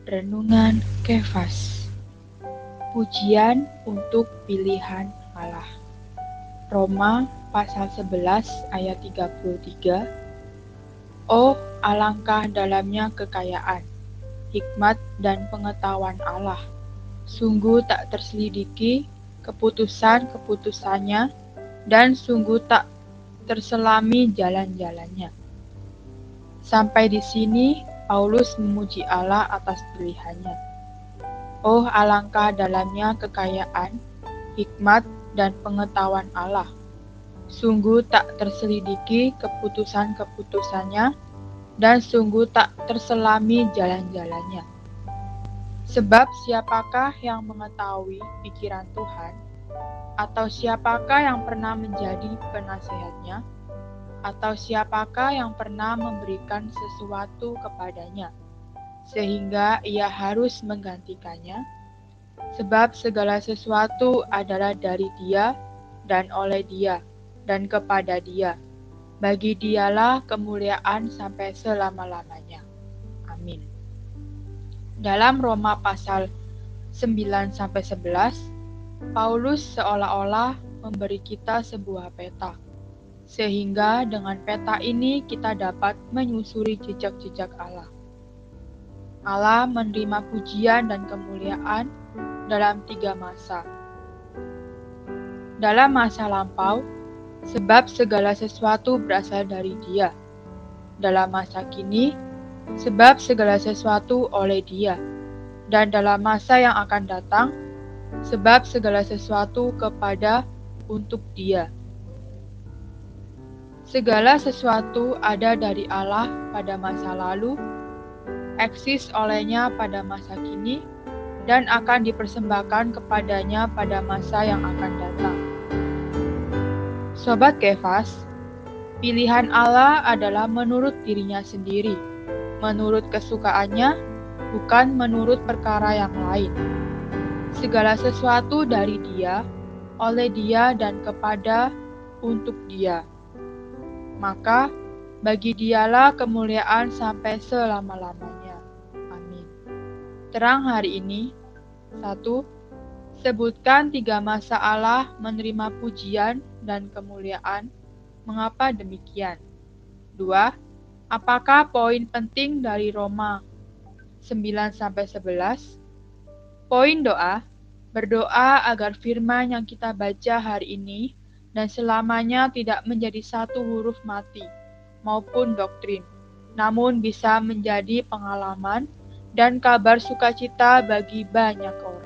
Renungan Kefas. Pujian untuk pilihan Allah. Roma pasal 11 ayat 33. Oh, alangkah dalamnya kekayaan, hikmat dan pengetahuan Allah. Sungguh tak terselidiki keputusan-keputusannya, dan sungguh tak terselami jalan-jalannya. Sampai di sini, Paulus memuji Allah atas pilihannya. Oh, alangkah dalamnya kekayaan, hikmat, dan pengetahuan Allah. Sungguh tak terselidiki keputusan-keputusannya, dan sungguh tak terselami jalan-jalannya. Sebab siapakah yang mengetahui pikiran Tuhan? Atau siapakah yang pernah menjadi penasehatnya? Atau siapakah yang pernah memberikan sesuatu kepadanya, sehingga ia harus menggantikannya? Sebab segala sesuatu adalah dari Dia, dan oleh Dia, dan kepada Dia. Bagi Dialah kemuliaan sampai selama-lamanya. Amin. Dalam Roma pasal 9-11, Paulus seolah-olah memberi kita sebuah peta, sehingga dengan peta ini kita dapat menyusuri jejak-jejak Allah. Allah menerima pujian dan kemuliaan dalam 3 masa. Dalam masa lampau, sebab segala sesuatu berasal dari Dia. Dalam masa kini, sebab segala sesuatu oleh Dia. Dan dalam masa yang akan datang, sebab segala sesuatu kepada untuk Dia. Segala sesuatu ada dari Allah pada masa lalu, eksis olehnya pada masa kini, dan akan dipersembahkan kepadanya pada masa yang akan datang. Sobat Kefas, pilihan Allah adalah menurut dirinya sendiri, menurut kesukaannya, bukan menurut perkara yang lain. Segala sesuatu dari Dia, oleh Dia, dan kepada untuk Dia. Maka bagi Dialah kemuliaan sampai selama-lamanya. Amin. Terang hari ini. 1. Sebutkan 3 masa Allah menerima pujian dan kemuliaan. Mengapa demikian? 2. Apakah poin penting dari Roma 9-11? Poin doa. Berdoa agar firman yang kita baca hari ini dan selamanya tidak menjadi satu huruf mati maupun doktrin, namun bisa menjadi pengalaman dan kabar sukacita bagi banyak orang.